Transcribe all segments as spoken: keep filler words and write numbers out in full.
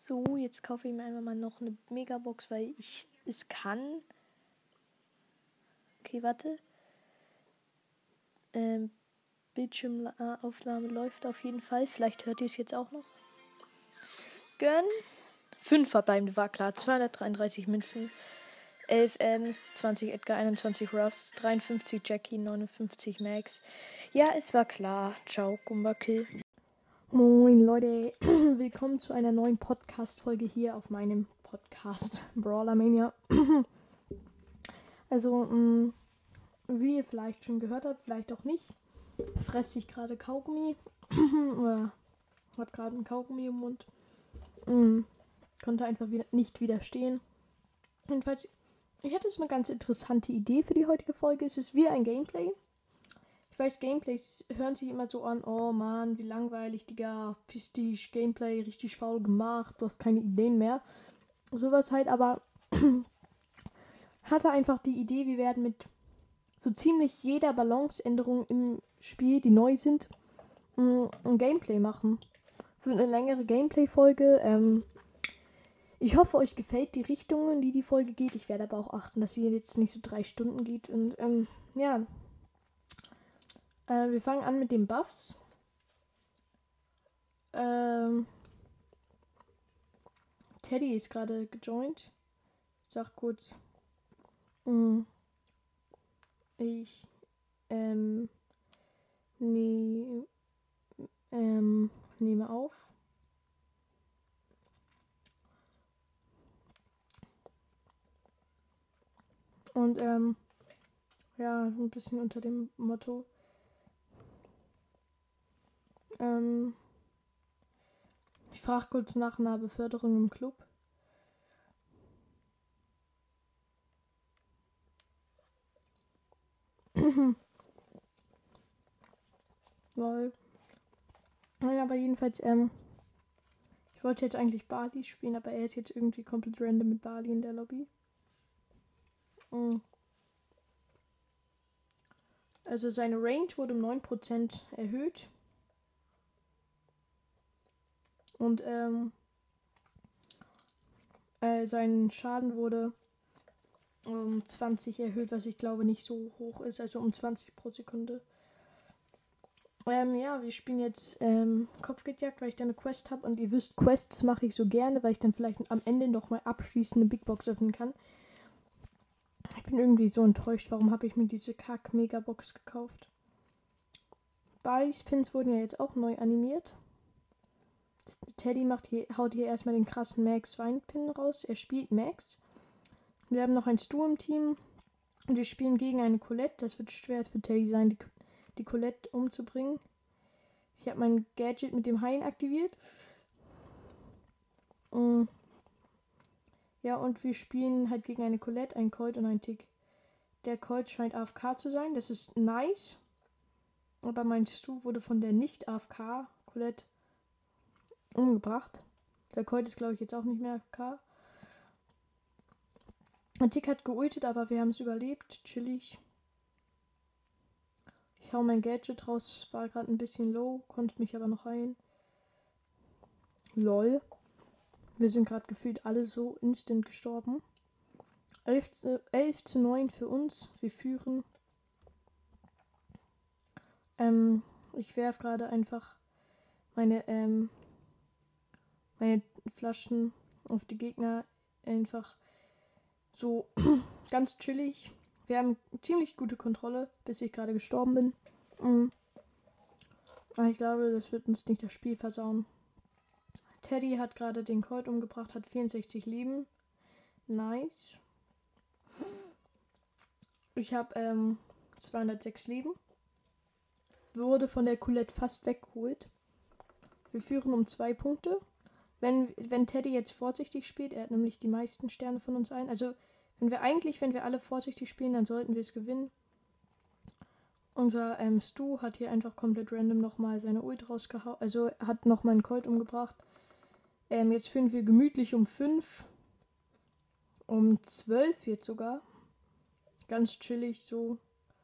So, jetzt kaufe ich mir einfach mal noch eine Megabox, weil ich es kann. Okay, warte. Ähm, Bildschirmaufnahme läuft auf jeden Fall. Vielleicht hört ihr es jetzt auch noch. Gönn. Fünfer beim war klar. zweihundertdreiunddreißig Münzen. elf Ems, zwanzig Edgar, einundzwanzig Ruffs, dreiundfünfzig Jackie, neunundfünfzig Max. Ja, es war klar. Ciao, Gumbakill. Moin Leute, willkommen zu einer neuen Podcast-Folge hier auf meinem Podcast Brawler Mania. Also, mh, wie ihr vielleicht schon gehört habt, vielleicht auch nicht, fresse ich gerade Kaugummi. Oder hab gerade einen Kaugummi im Mund. Mh, konnte einfach wieder nicht widerstehen. Jedenfalls, ich hatte so eine ganz interessante Idee für die heutige Folge. Es ist wieder ein Gameplay. Ich weiß, Gameplays hören sich immer so an, oh Mann, wie langweilig, Digga, piss dich, Gameplay, richtig faul gemacht, du hast keine Ideen mehr. Sowas halt, aber hatte einfach die Idee, wir werden mit so ziemlich jeder Balanceänderung im Spiel, die neu sind, ein Gameplay machen. Für eine längere Gameplay-Folge. Ähm, ich hoffe, euch gefällt die Richtung, in die die Folge geht. Ich werde aber auch achten, dass sie jetzt nicht so drei Stunden geht. Und ähm, ja, äh, wir fangen an mit den Buffs. Ähm, Teddy ist gerade gejoint. Ich sag kurz, mh, ich ähm, ne, ähm, nehme auf. Und ähm, ja, ein bisschen unter dem Motto. Ähm, ich frage kurz nach einer Beförderung im Club. Lol. Nein, aber jedenfalls, ähm, ich wollte jetzt eigentlich Barley spielen, aber er ist jetzt irgendwie komplett random mit Barley in der Lobby. Mhm. Also seine Range wurde um neun Prozent erhöht. Und ähm, äh, sein Schaden wurde um zwanzig erhöht, was ich glaube nicht so hoch ist, also um zwanzig pro Sekunde. Ähm, ja, wir spielen jetzt ähm, Kopfgeldjagd, weil ich da eine Quest habe. Und ihr wisst, Quests mache ich so gerne, weil ich dann vielleicht am Ende nochmal abschließend eine Big Box öffnen kann. Ich bin irgendwie so enttäuscht. Warum habe ich mir diese Kack-Megabox gekauft? Barley-Spins wurden ja jetzt auch neu animiert. Teddy macht hier, haut hier erstmal den krassen Max-Wein-Pin raus. Er spielt Max. Wir haben noch ein Stu im Team. Und wir spielen gegen eine Colette. Das wird schwer für Teddy sein, die, die Colette umzubringen. Ich habe mein Gadget mit dem Heilen aktiviert. Mm. Ja, und wir spielen halt gegen eine Colette, einen Colt und einen Tick. Der Colt scheint A F K zu sein. Das ist nice. Aber mein Stu wurde von der nicht-A F K Colette umgebracht. Der Colt ist, glaube ich, jetzt auch nicht mehr A F K. Ein Tick hat geultet, aber wir haben es überlebt. Chillig. Ich hau mein Gadget raus. War gerade ein bisschen low. Konnte mich aber noch heilen. Lol. Wir sind gerade gefühlt alle so instant gestorben. elf zu neun für uns. Wir führen. Ähm, ich werfe gerade einfach meine, ähm, meine Flaschen auf die Gegner. Einfach so ganz chillig. Wir haben ziemlich gute Kontrolle, bis ich gerade gestorben bin. Mhm. Aber ich glaube, das wird uns nicht das Spiel versauen. Teddy hat gerade den Colt umgebracht, hat vierundsechzig Leben. Nice. Ich habe ähm, zweihundertsechs Leben. Wurde von der Colette fast weggeholt. Wir führen um zwei Punkte. Wenn, wenn Teddy jetzt vorsichtig spielt, er hat nämlich die meisten Sterne von uns allen. Also, wenn wir eigentlich, wenn wir alle vorsichtig spielen, dann sollten wir es gewinnen. Unser ähm, Stu hat hier einfach komplett random nochmal seine Ult rausgehauen. Also, hat nochmal einen Colt umgebracht. Ähm, jetzt führen wir gemütlich um fünf. Um zwölf jetzt sogar. Ganz chillig so.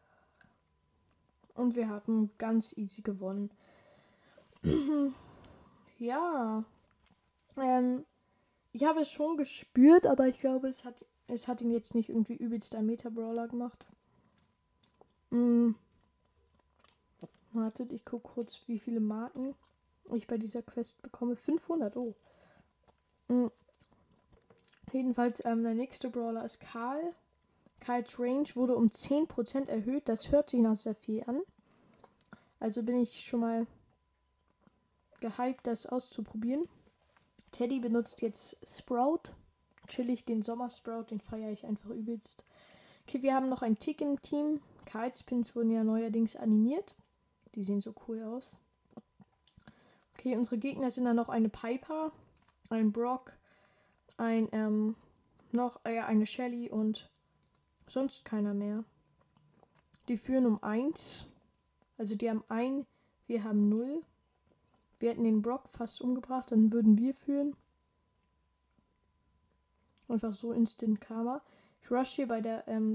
Und wir haben ganz easy gewonnen. Ja. Ähm, Ich habe es schon gespürt, aber ich glaube, es hat, es hat ihn jetzt nicht irgendwie übelst ein Meta-Brawler gemacht. Hm. Wartet, ich gucke kurz, wie viele Marken ich bei dieser Quest bekomme. fünfhundert, oh. Hm. Jedenfalls, ähm, der nächste Brawler ist Karl. Karls Range wurde um zehn Prozent erhöht. Das hört sich nach sehr viel an. Also bin ich schon mal gehypt, das auszuprobieren. Teddy benutzt jetzt Sprout. Chillig, den Sommer-Sprout, den feiere ich einfach übelst. Okay, wir haben noch einen Tick im Team. Karls Pins wurden ja neuerdings animiert. Die sehen so cool aus. Okay, unsere Gegner sind dann noch eine Piper, ein Brock, ein, ähm, noch äh, eine Shelly und sonst keiner mehr. Die führen um eins. Also die haben ein, wir haben null. Wir hätten den Brock fast umgebracht, dann würden wir führen. Einfach so Instant Karma. Ich rush hier bei der, ähm,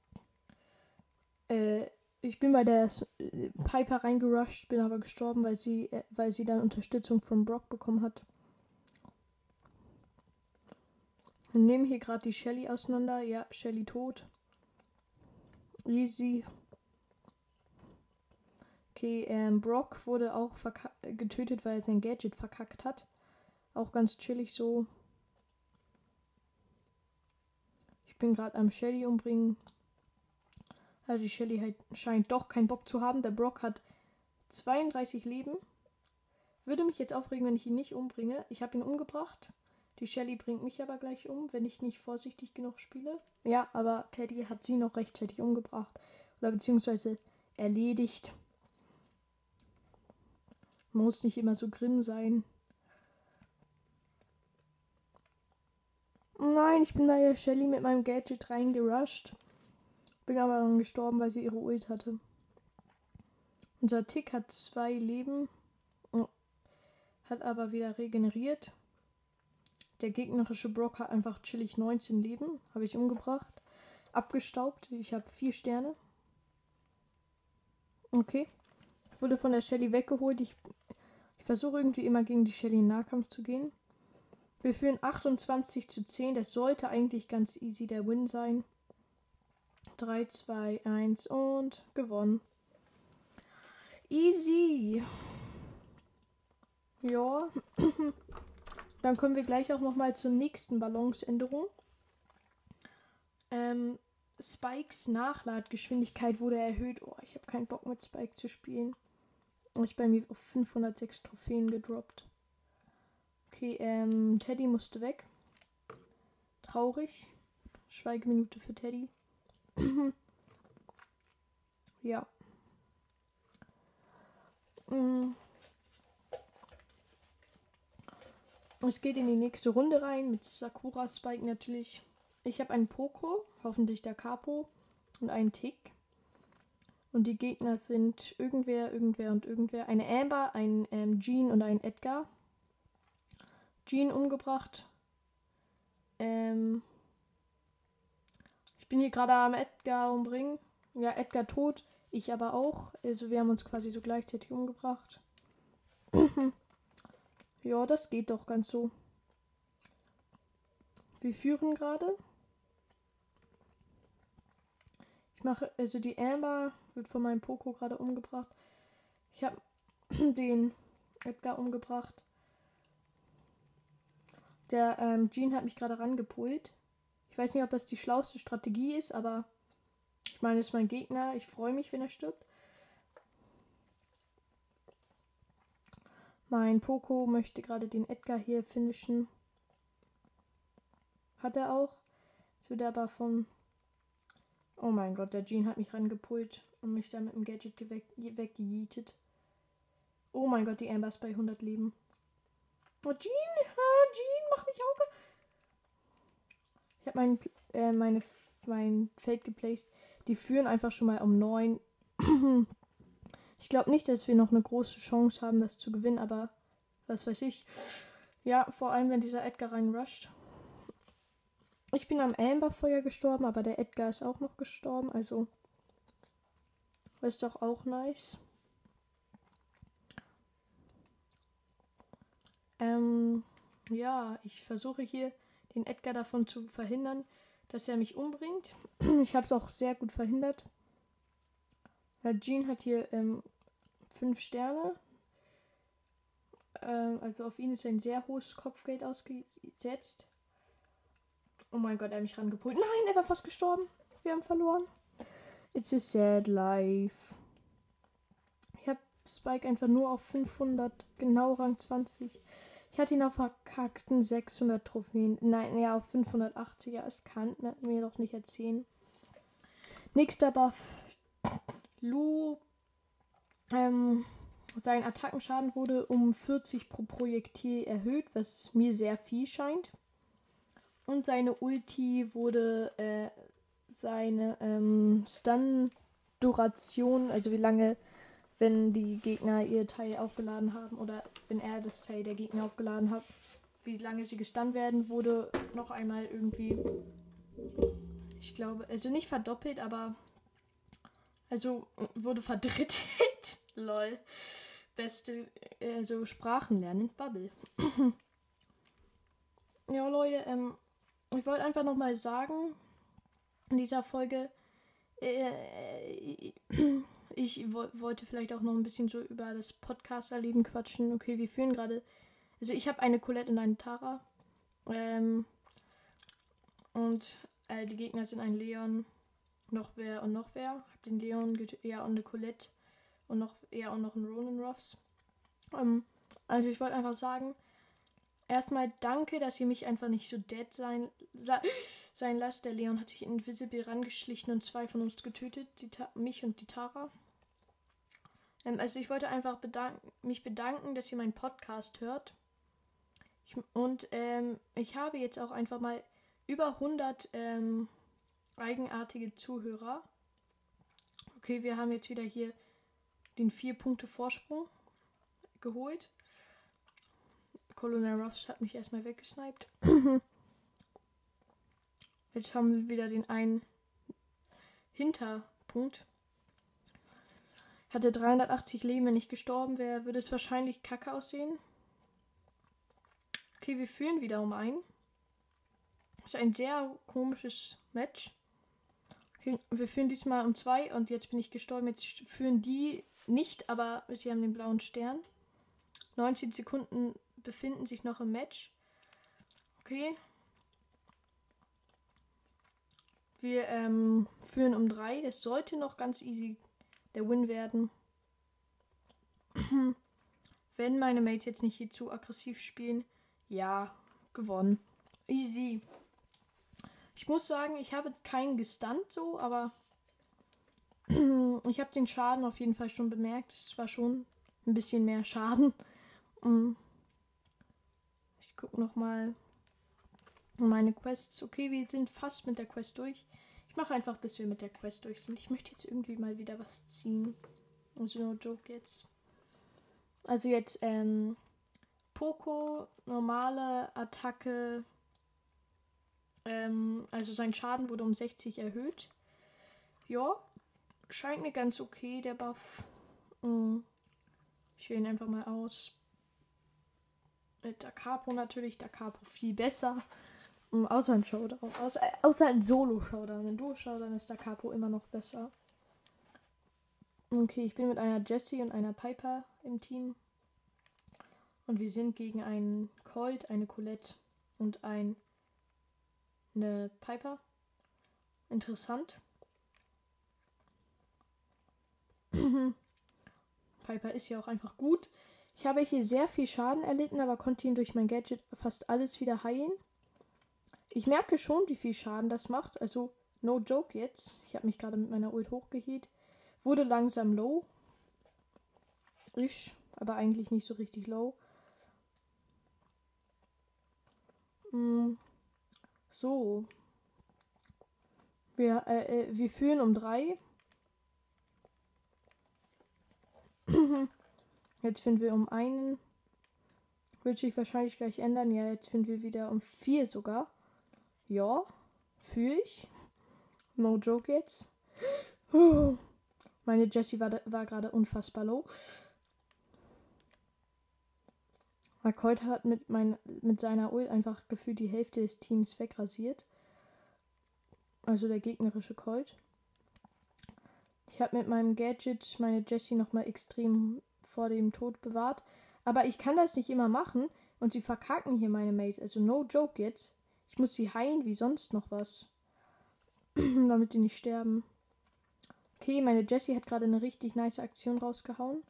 äh, ich bin bei der äh, Piper reingerusht, bin aber gestorben, weil sie, äh, weil sie dann Unterstützung von Brock bekommen hat. Wir nehmen hier gerade die Shelly auseinander. Ja, Shelly tot. Easy. Okay, ähm, Brock wurde auch getötet, weil er sein Gadget verkackt hat. Auch ganz chillig so. Ich bin gerade am Shelly umbringen. Also die Shelly halt scheint doch keinen Bock zu haben. Der Brock hat zweiunddreißig Leben. Würde mich jetzt aufregen, wenn ich ihn nicht umbringe. Ich habe ihn umgebracht. Die Shelly bringt mich aber gleich um, wenn ich nicht vorsichtig genug spiele. Ja, aber Teddy hat sie noch rechtzeitig umgebracht. Oder beziehungsweise erledigt. Man muss nicht immer so grimm sein. Nein, ich bin bei der Shelly mit meinem Gadget reingerusht. Bin aber dann gestorben, weil sie ihre Ult hatte. Unser Tick hat zwei Leben. Hat aber wieder regeneriert. Der gegnerische Brock hat einfach chillig neunzehn Leben. Habe ich umgebracht. Abgestaubt. Ich habe vier Sterne. Okay. Ich wurde von der Shelly weggeholt. Ich, ich versuche irgendwie immer gegen die Shelly in Nahkampf zu gehen. Wir führen achtundzwanzig zu zehn. Das sollte eigentlich ganz easy der Win sein. drei, zwei, eins und gewonnen. Easy. Ja. Dann kommen wir gleich auch nochmal zur nächsten Balanceänderung. Ähm, Spikes Nachladgeschwindigkeit wurde erhöht. Oh, ich habe keinen Bock mit Spike zu spielen. Ich bei mir auf fünfhundertsechs Trophäen gedroppt. Okay, ähm, Teddy musste weg. Traurig. Schweigeminute für Teddy. Ja. Mm. Es geht in die nächste Runde rein mit Sakura Spike natürlich. Ich habe einen Poco, hoffentlich der Capo und einen Tick. Und die Gegner sind irgendwer, irgendwer und irgendwer. Eine Amber, ein ähm, Jean und ein Edgar. Jean umgebracht. Ähm ich bin hier gerade am Edgar umbringen. Ja, Edgar tot. Ich aber auch. Also wir haben uns quasi so gleichzeitig umgebracht. Ja, das geht doch ganz so. Wir führen gerade. Ich mache, also die Amber wird von meinem Poco gerade umgebracht. Ich habe den Edgar umgebracht. Der ähm, Jean hat mich gerade rangepult. Ich weiß nicht, ob das die schlauste Strategie ist, aber ich meine, es ist mein Gegner. Ich freue mich, wenn er stirbt. Mein Poco möchte gerade den Edgar hier finishen. Hat er auch. Jetzt wird er aber vom... Oh mein Gott, der Jean hat mich rangepult und mich dann mit dem Gadget weggejietet. Oh mein Gott, die Amber ist bei hundert Leben. Oh, Jean, ah, Jean, mach nicht Auge. Ich habe mein, äh, meine, mein Feld geplaced. Die führen einfach schon mal um neun. Ich glaube nicht, dass wir noch eine große Chance haben, das zu gewinnen, aber was weiß ich. Ja, vor allem, wenn dieser Edgar reinrusht. Ich bin am Amberfeuer gestorben, aber der Edgar ist auch noch gestorben, also das ist doch auch nice. Ähm, ja, ich versuche hier den Edgar davon zu verhindern, dass er mich umbringt. Ich habe es auch sehr gut verhindert. Herr Jean hat hier ähm, fünf Sterne. Ähm, also auf ihn ist ein sehr hohes Kopfgeld ausgesetzt. Oh mein Gott, er hat mich rangepult. Nein, er war fast gestorben. Wir haben verloren. It's a sad life. Ich habe Spike einfach nur auf fünfhundert, genau Rang zwanzig. Ich hatte ihn auf verkackten sechshundert Trophäen. Nein, ja, auf fünfhundertachtzig. Ja, es kann man mir doch nicht erzählen. Nächster Buff. Lu. Ähm, sein Attackenschaden wurde um vierzig pro Projektil erhöht, was mir sehr viel scheint. Und seine Ulti wurde äh, seine ähm, Stun-Duration, also wie lange, wenn die Gegner ihr Teil aufgeladen haben oder wenn er das Teil der Gegner aufgeladen hat, wie lange sie gestunt werden, wurde noch einmal irgendwie, ich glaube, also nicht verdoppelt, aber also wurde verdrittelt. Lol. Beste, also Sprachen lernen, Bubble. Ja, Leute, ähm, ich wollte einfach nochmal sagen, in dieser Folge, äh, ich wo- wollte vielleicht auch noch ein bisschen so über das Podcast-Erleben quatschen. Okay, wir führen gerade, also ich habe eine Colette und eine Tara. Ähm, und äh, die Gegner sind ein Leon, noch wer und noch wer. Hab den Leon, get- ja, und eine Colette und noch eher und noch einen Ronan Ruffs. Ähm, also ich wollte einfach sagen, erstmal danke, dass ihr mich einfach nicht so dead sein, sein lasst. Der Leon hat sich invisible rangeschlichen und zwei von uns getötet. Die Ta- mich und die Tara. Ähm, also ich wollte einfach bedank- mich bedanken, dass ihr meinen Podcast hört. Ich, und ähm, ich habe jetzt auch einfach mal über hundert ähm, eigenartige Zuhörer. Okay, wir haben jetzt wieder hier den vier Punkte Vorsprung geholt. Colonel Ruffs hat mich erstmal weggesniped. Jetzt haben wir wieder den einen Hinterpunkt. Hatte dreihundertachtzig Leben, wenn ich gestorben wäre, würde es wahrscheinlich kacke aussehen. Okay, wir führen wieder um einen. Das ist ein sehr komisches Match. Okay, wir führen diesmal um zwei und jetzt bin ich gestorben. Jetzt führen die nicht, aber sie haben den blauen Stern. neunzehn Sekunden befinden sich noch im Match. Okay. Wir ähm, führen um drei. Das sollte noch ganz easy der Win werden. Wenn meine Mates jetzt nicht hier zu aggressiv spielen. Ja, gewonnen. Easy. Ich muss sagen, ich habe keinen gestunt so, aber ich habe den Schaden auf jeden Fall schon bemerkt. Es war schon ein bisschen mehr Schaden. Ich gucke nochmal meine Quests. Okay, wir sind fast mit der Quest durch. Ich mache einfach, bis wir mit der Quest durch sind. Ich möchte jetzt irgendwie mal wieder was ziehen. Also no joke jetzt. Also jetzt, ähm, Poco, normale Attacke. Ähm, also sein Schaden wurde um sechzig erhöht. Ja, scheint mir ganz okay, der Buff. Mhm. Ich wähle ihn einfach mal aus. Mit Da Capo natürlich. Da Capo viel besser. Mhm, außer ein Showdown. Außer, äh, außer ein Solo-Showdown. Ein Duo-Showdown ist Da Capo immer noch besser. Okay, ich bin mit einer Jessie und einer Piper im Team. Und wir sind gegen einen Colt, eine Colette und ein, eine Piper. Interessant. Piper ist ja auch einfach gut. Ich habe hier sehr viel Schaden erlitten, aber konnte ihn durch mein Gadget fast alles wieder heilen. Ich merke schon, wie viel Schaden das macht. Also, no joke jetzt. Ich habe mich gerade mit meiner Ult hochgehielt. Wurde langsam low. Ich, aber eigentlich nicht so richtig low. Mm, so. Wir, äh, äh, wir führen um drei. Jetzt finden wir um einen. Wird sich wahrscheinlich gleich ändern. Ja, jetzt finden wir wieder um vier sogar. Ja, fühle ich. No joke jetzt. Meine Jessie war, war gerade unfassbar low. Colt hat mit, mein, mit seiner Ult einfach gefühlt die Hälfte des Teams wegrasiert. Also der gegnerische Colt. Ich habe mit meinem Gadget meine Jessie nochmal extrem vor dem Tod bewahrt. Aber ich kann das nicht immer machen. Und sie verkacken hier meine Mates. Also no joke jetzt. Ich muss sie heilen wie sonst noch was. Damit die nicht sterben. Okay, meine Jessie hat gerade eine richtig nice Aktion rausgehauen.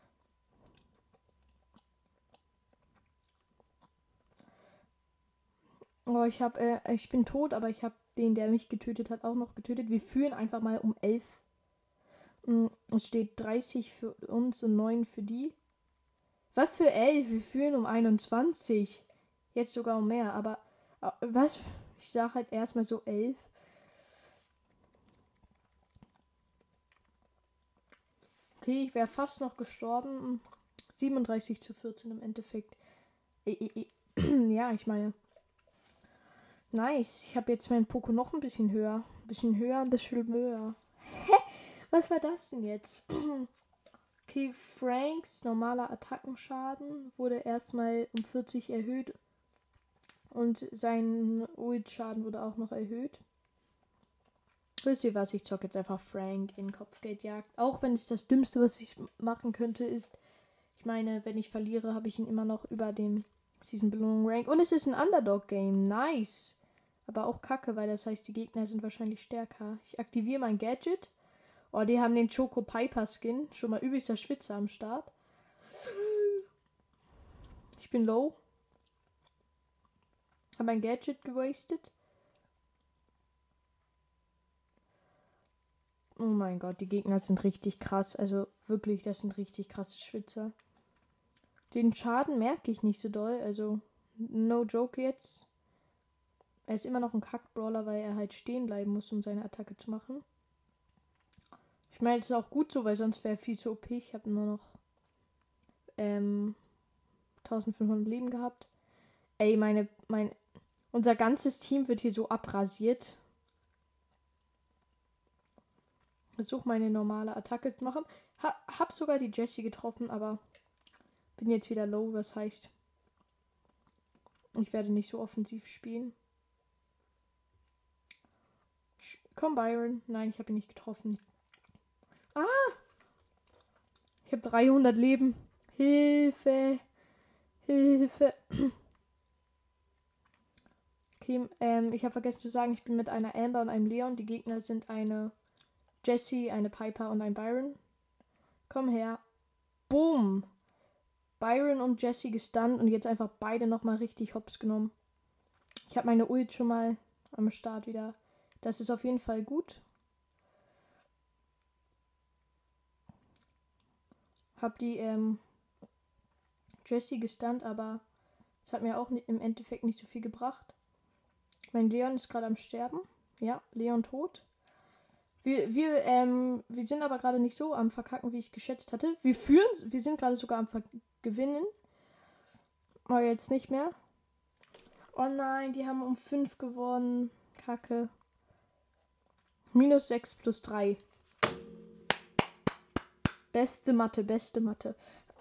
Oh, ich hab, äh, ich bin tot, aber ich habe den, der mich getötet hat, auch noch getötet. Wir führen einfach mal um elf. Es steht dreißig für uns und neun für die. Was für elf? Wir führen um einundzwanzig. Jetzt sogar um mehr, aber was? Ich sag halt erstmal so elf. Okay, ich wäre fast noch gestorben. siebenunddreißig zu vierzehn im Endeffekt. Ja, ich meine. Nice. Ich habe jetzt meinen Poco noch ein bisschen höher. Ein bisschen höher, ein bisschen höher. Hä? Was war das denn jetzt? Okay, Franks normaler Attackenschaden wurde erstmal um vierzig erhöht. Und sein Ult-Schaden wurde auch noch erhöht. Wisst ihr was? Ich zocke jetzt einfach Frank in Kopfgeldjagd. Auch wenn es das Dümmste, was ich machen könnte, ist. Ich meine, wenn ich verliere, habe ich ihn immer noch über dem Season-Belohnung-Rank. Und es ist ein Underdog-Game. Nice. Aber auch kacke, weil das heißt, die Gegner sind wahrscheinlich stärker. Ich aktiviere mein Gadget. Oh, die haben den Choco Piper Skin. Schon mal übelster Schwitzer am Start. Ich bin low. Hab mein Gadget gewastet. Oh mein Gott, die Gegner sind richtig krass. Also wirklich, das sind richtig krasse Schwitzer. Den Schaden merke ich nicht so doll. Also, no joke jetzt. Er ist immer noch ein Kack-Brawler, weil er halt stehen bleiben muss, um seine Attacke zu machen. Ich meine, es ist auch gut so, weil sonst wäre er viel zu O P. Ich habe nur noch ähm, eintausendfünfhundert Leben gehabt. Ey, meine, mein, unser ganzes Team wird hier so abrasiert. Versuche meine normale Attacke zu machen. Ha, hab sogar die Jessie getroffen, aber bin jetzt wieder low, was heißt, ich werde nicht so offensiv spielen. Komm, Byron. Nein, ich habe ihn nicht getroffen. Ah! Ich habe dreihundert Leben. Hilfe! Hilfe! Okay, ähm, ich habe vergessen zu sagen, ich bin mit einer Amber und einem Leon. Die Gegner sind eine Jessie, eine Piper und ein Byron. Komm her. Boom! Byron und Jessie gestunt und jetzt einfach beide nochmal richtig hops genommen. Ich habe meine Ult schon mal am Start wieder. Das ist auf jeden Fall gut. Hab die ähm, Jessie gestunt, aber es hat mir auch im Endeffekt nicht so viel gebracht. Mein Leon ist gerade am Sterben. Ja, Leon tot. Wir, wir, ähm, wir sind aber gerade nicht so am Verkacken, wie ich geschätzt hatte. Wir führen, wir sind gerade sogar am Ver- Gewinnen. Aber jetzt nicht mehr. Oh nein, die haben um fünf gewonnen. Kacke. Minus sechs plus drei. Beste Mathe, beste Mathe.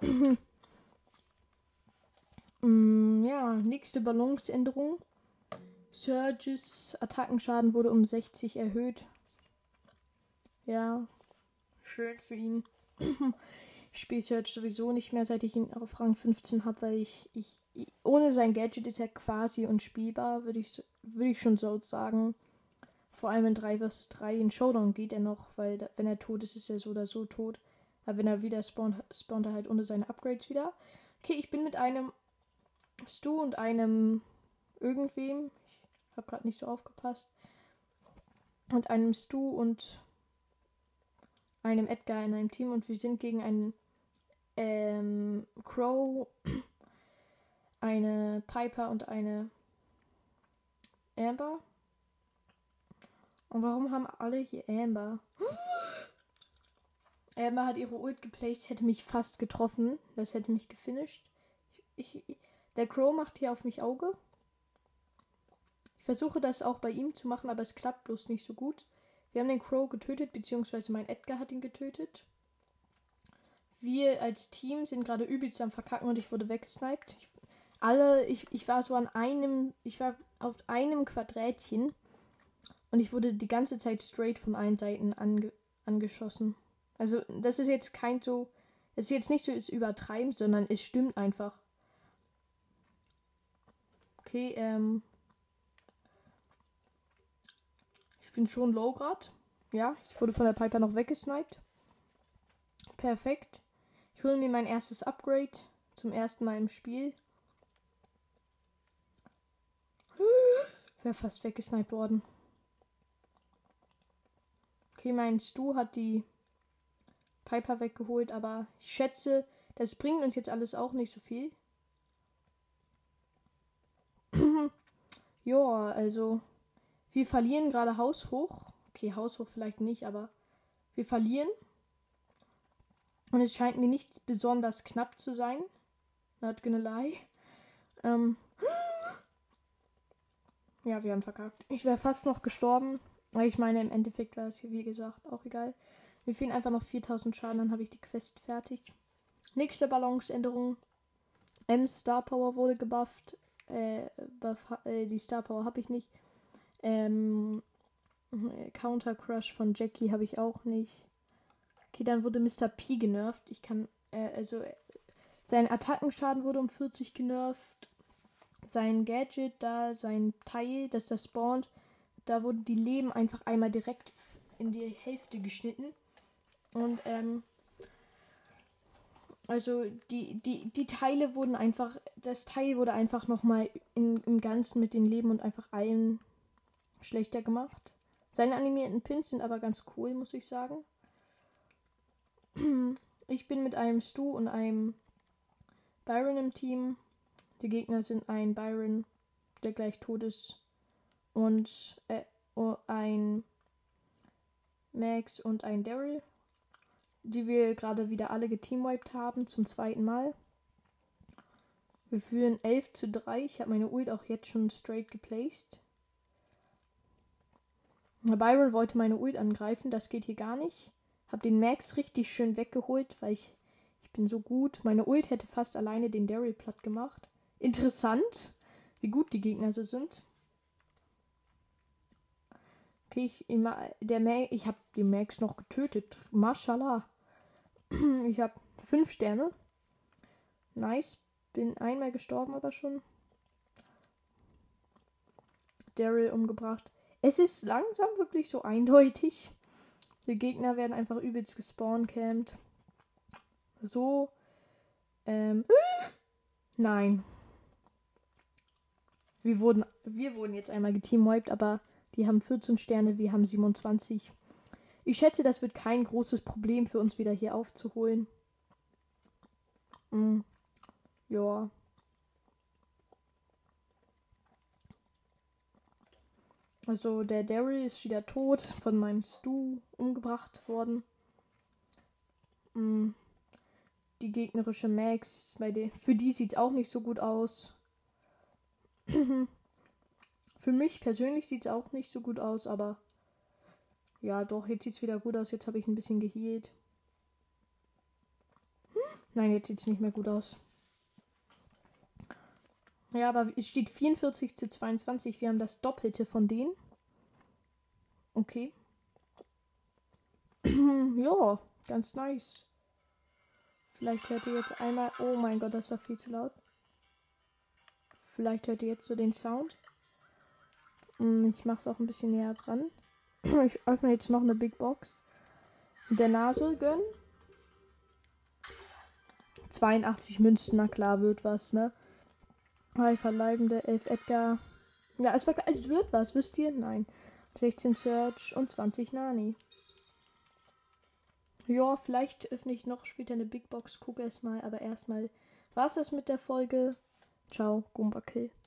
mm, ja, nächste Balanceänderung. Surges Attackenschaden wurde um sechzig erhöht. Ja, schön für ihn. Ich spiele Surge sowieso nicht mehr, seit ich ihn auf Rang fünfzehn habe, weil ich, ich, ich, ohne sein Gadget ist er quasi unspielbar, würde ich, würd ich schon so sagen. Vor allem in drei versus drei. In Showdown geht er noch, weil da, wenn er tot ist, ist er so oder so tot. Aber wenn er wieder spawnt, spawnt er halt ohne seine Upgrades wieder. Okay, ich bin mit einem Stu und einem irgendwem. Ich habe gerade nicht so aufgepasst. Und einem Stu und einem Edgar in einem Team. Und wir sind gegen einen ähm, Crow, eine Piper und eine Amber. Und warum haben alle hier Amber? Amber hat ihre Ult geplaced, hätte mich fast getroffen. Das hätte mich gefinisht. Ich, ich, der Crow macht hier auf mich Auge. Ich versuche das auch bei ihm zu machen, aber es klappt bloß nicht so gut. Wir haben den Crow getötet, beziehungsweise mein Edgar hat ihn getötet. Wir als Team sind gerade übelst am Verkacken und ich wurde weggesniped. Ich, alle, ich, ich war so an einem, ich war auf einem Quadrätchen und ich wurde die ganze Zeit straight von allen Seiten ange, angeschossen. Also das ist jetzt kein so, es ist jetzt nicht so das Übertreiben, sondern es stimmt einfach. Okay, ähm. Ich bin schon low grad. Ja, ich wurde von der Piper noch weggesniped. Perfekt. Ich hole mir mein erstes Upgrade. Zum ersten Mal im Spiel. Wäre fast weggesniped worden. Okay, mein Stu hat die Piper weggeholt, aber ich schätze, das bringt uns jetzt alles auch nicht so viel. Ja, also wir verlieren gerade haushoch. Okay, haushoch vielleicht nicht, aber wir verlieren. Und es scheint mir nicht besonders knapp zu sein. Not gonna lie. Ähm ja, wir haben verkackt. Ich wäre fast noch gestorben. Aber ich meine, im Endeffekt war es, wie gesagt, auch egal. Mir fehlen einfach noch viertausend Schaden, dann habe ich die Quest fertig. Nächste Balanceänderung. M Star Power wurde gebufft. Äh, buff, äh, die Star Power habe ich nicht. Ähm, Counter Crush von Jackie habe ich auch nicht. Okay, dann wurde Mister P genervt. Ich kann, äh, also, äh, sein Attackenschaden wurde um vierzig genervt. Sein Gadget da, sein Teil, das da spawnt, da wurden die Leben einfach einmal direkt in die Hälfte geschnitten. Und, ähm, also, die, die, die Teile wurden einfach, das Teil wurde einfach nochmal im Ganzen mit den Leben und einfach allen schlechter gemacht. Seine animierten Pins sind aber ganz cool, muss ich sagen. Ich bin mit einem Stu und einem Byron im Team. Die Gegner sind ein Byron, der gleich tot ist. Und äh, ein Max und ein Daryl, die wir gerade wieder alle geteamwiped haben, zum zweiten Mal. Wir führen elf zu drei. Ich habe meine Ult auch jetzt schon straight geplaced. Byron wollte meine Ult angreifen, das geht hier gar nicht. Hab den Max richtig schön weggeholt, weil ich, ich bin so gut. Meine Ult hätte fast alleine den Daryl platt gemacht. Interessant, wie gut die Gegner so sind. Okay, ich, der Ma- ich habe den Max noch getötet. Mashallah. Ich habe fünf Sterne. Nice. Bin einmal gestorben, aber schon. Daryl umgebracht. Es ist langsam wirklich so eindeutig. Die Gegner werden einfach übelst gespawncampt. So. Ähm. Nein. Wir wurden, wir wurden jetzt einmal geteamwiped, aber die haben vierzehn Sterne, wir haben siebenundzwanzig. Ich schätze, das wird kein großes Problem für uns wieder hier aufzuholen. Hm. Ja. Also der Daryl ist wieder tot, von meinem Stu umgebracht worden. Hm. Die gegnerische Max, bei der, für die sieht es auch nicht so gut aus. Für mich persönlich sieht es auch nicht so gut aus, aber ja, doch, jetzt sieht es wieder gut aus. Jetzt habe ich ein bisschen gehealt. Nein, jetzt sieht es nicht mehr gut aus. Ja, aber es steht vierundvierzig zu zweiundzwanzig. Wir haben das Doppelte von denen. Okay. Ja, ganz nice. Vielleicht hört ihr jetzt einmal... Oh mein Gott, das war viel zu laut. Vielleicht hört ihr jetzt so den Sound. Ich mache es auch ein bisschen näher dran. Ich öffne jetzt noch eine Big Box. Mit der Nase gönnen. zweiundachtzig Münzen, na klar, wird was, ne? Drei Verbleibende, elf Edgar. Ja, es, war, es wird was, wisst ihr? Nein. sechzehn Search und zwanzig Nani. Ja, vielleicht öffne ich noch später eine Big Box, gucke es mal. Aber erstmal war es das mit der Folge. Ciao, Gumba Kill.